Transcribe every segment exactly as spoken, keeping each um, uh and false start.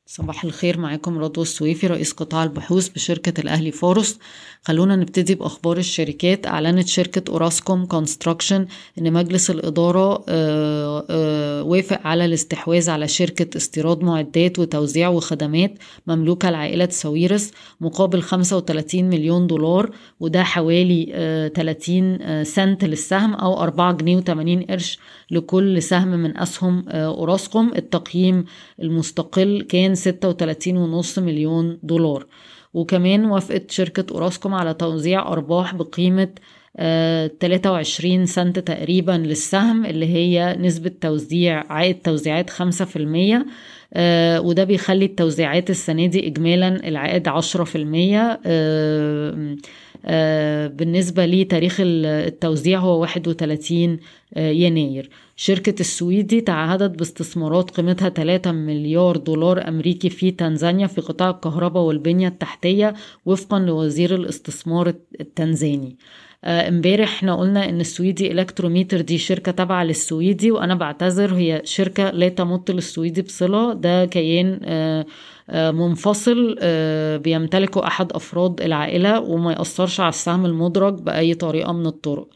صباح الخير، معاكم رضوى السويفي رئيس قطاع البحوث بشركة الأهلي فورست. خلونا نبتدي بأخبار الشركات. أعلنت شركة أوراسكوم كونستراكشن إن مجلس الإدارة آه، آه، وافق على الاستحواذ على شركة استيراد معدات وتوزيع وخدمات مملوكة لعائلة ساويرس مقابل خمسة وثلاثين مليون دولار، وده حوالي آه، ثلاثين سنت للسهم أو أربعة جنيه وثمانين قرش لكل سهم من أسهم آه، أوراسكوم. التقييم المستقل كان ستة وثلاثين ونص مليون دولار. وكمان وافقت شركة أوراسكوم على توزيع أرباح بقيمة آه، ثلاثة وعشرين سنت تقريبا للسهم، اللي هي نسبة توزيع عائد توزيعات خمسة في المية. آه، وده بيخلي التوزيعات السنة دي إجمالا العائد عشرة في المية. آه، آه، بالنسبة لتاريخ التوزيع هو واحد وثلاثين يناير. شركة السويدي تعهدت باستثمارات قيمتها ثلاثة مليار دولار أمريكي في تنزانيا في قطاع الكهرباء والبنية التحتية وفقا لوزير الاستثمار التنزاني. امبارح احنا قلنا ان السويدي الكتروميتر دي شركة تابعة للسويدي، وانا بعتذر، هي شركة لا تمت للسويدي بصلة. ده كيان آه منفصل بيمتلكه أحد أفراد العائلة وما يأثرش على السهم المدرج بأي طريقة من الطرق.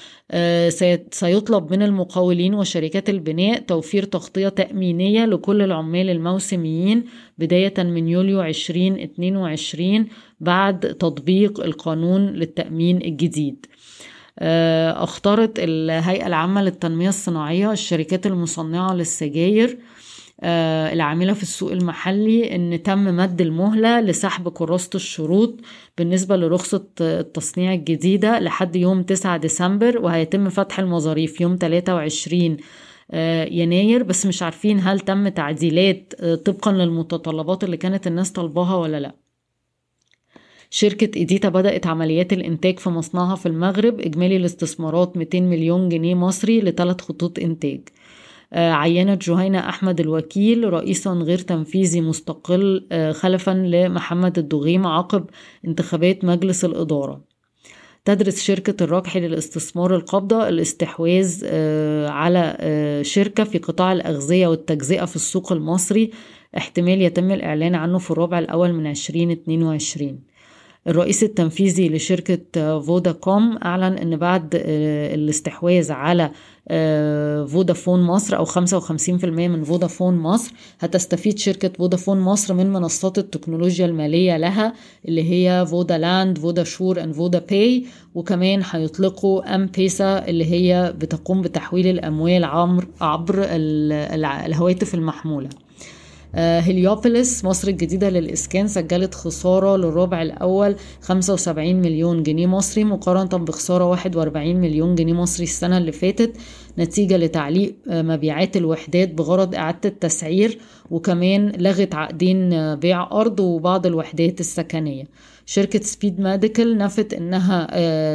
سيطلب من المقاولين وشركات البناء توفير تغطية تأمينية لكل العمال الموسميين بداية من يوليو عشرين اثنين وعشرين بعد تطبيق القانون للتأمين الجديد. اختارت الهيئة العامة للتنمية الصناعية الشركات المصنعة للسجاير آه العاملة في السوق المحلي ان تم مد المهلة لسحب كراسة الشروط بالنسبة لرخصة التصنيع الجديدة لحد يوم تسعة ديسمبر، وهيتم فتح المظاريف يوم ثلاثة وعشرين آه يناير. بس مش عارفين هل تم تعديلات آه طبقا للمتطلبات اللي كانت الناس طلبها ولا لا. شركة إيديتا بدأت عمليات الإنتاج في مصنعها في المغرب. إجمالي الاستثمارات مئتين مليون جنيه مصري لثلاث خطوط إنتاج. عينت جهينة أحمد الوكيل رئيسا غير تنفيذي مستقل خلفا لمحمد الدغيم عقب انتخابات مجلس الإدارة. تدرس شركة الرجحي للاستثمار القابضة الاستحواذ على شركة في قطاع الأغذية والتجزئة في السوق المصري، احتمال يتم الإعلان عنه في الربع الأول من عشرين اثنين وعشرين. الرئيس التنفيذي لشركة فوداكوم أعلن أن بعد الاستحواذ على فودافون مصر أو خمسة وخمسين بالمية من فودافون مصر هتستفيد شركة فودافون مصر من منصات التكنولوجيا المالية لها اللي هي فودا لاند، فودا شور and فودا باي. وكمان هيطلقوا أم بيسا اللي هي بتقوم بتحويل الأموال عبر الهواتف المحمولة. هليوبوليس مصر الجديدة للإسكان سجلت خسارة للربع الأول خمسة وسبعين مليون جنيه مصري مقارنة بخسارة واحد وأربعين مليون جنيه مصري السنة اللي فاتت، نتيجة لتعليق مبيعات الوحدات بغرض إعادة التسعير، وكمان لغت عقدين بيع أرض وبعض الوحدات السكنية. شركة سبيد ميديكال نفت إنها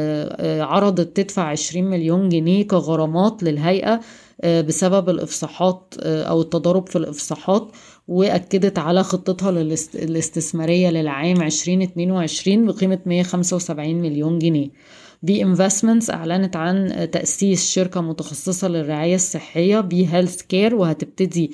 عرضت تدفع عشرين مليون جنيه كغرامات للهيئة بسبب الإفصاحات أو التضارب في الإفصاحات، وأكدت على خطتها الاستثمارية للعام عشرين اثنين وعشرين بقيمة مئة وخمسة وسبعين مليون جنيه. بي انفستمنتس أعلنت عن تأسيس شركة متخصصة للرعاية الصحية بي هيلث كير، وهتبتدي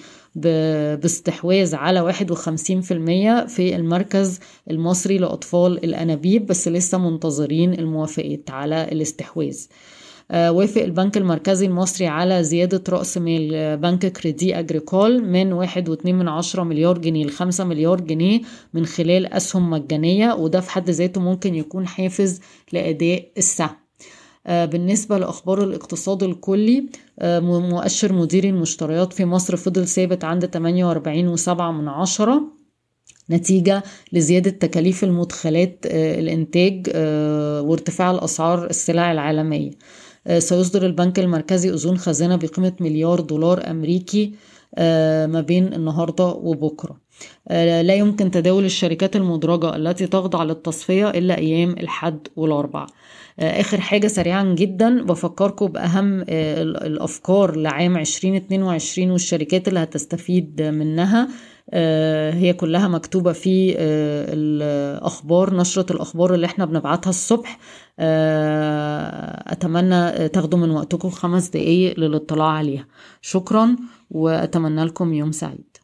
باستحواذ على واحد وخمسين بالمية في المركز المصري لأطفال الأنابيب، بس لسه منتظرين الموافقات على الاستحواذ. وافق البنك المركزي المصري على زيادة رأس مال بنك كريدي أجريكول من واحد واثنين من عشرة مليار جنيه لخمسة مليار جنيه من خلال أسهم مجانية، وده في حد ذاته ممكن يكون حافز لأداء السهم. بالنسبة لأخبار الاقتصاد الكلي، مؤشر مديري المشتريات في مصر فضل ثابت عند ثمانية وأربعين وسبعة من عشرة نتيجة لزيادة تكاليف المدخلات الإنتاج وارتفاع الأسعار السلع العالمية. سيصدر البنك المركزي أذون خزانة بقيمة مليار دولار أمريكي ما بين النهاردة وبكرة. لا يمكن تداول الشركات المدرجة التي تخضع للتصفية إلا أيام الحد والأربع. آخر حاجة سريعا جدا بفكركم بأهم الأفكار لعام عشرين اثنين وعشرين والشركات اللي هتستفيد منها. هي كلها مكتوبة في الأخبار، نشرة الأخبار اللي احنا بنبعتها الصبح. أتمنى تاخدوا من وقتكم خمس دقايق للاطلاع عليها. شكرا وأتمنى لكم يوم سعيد.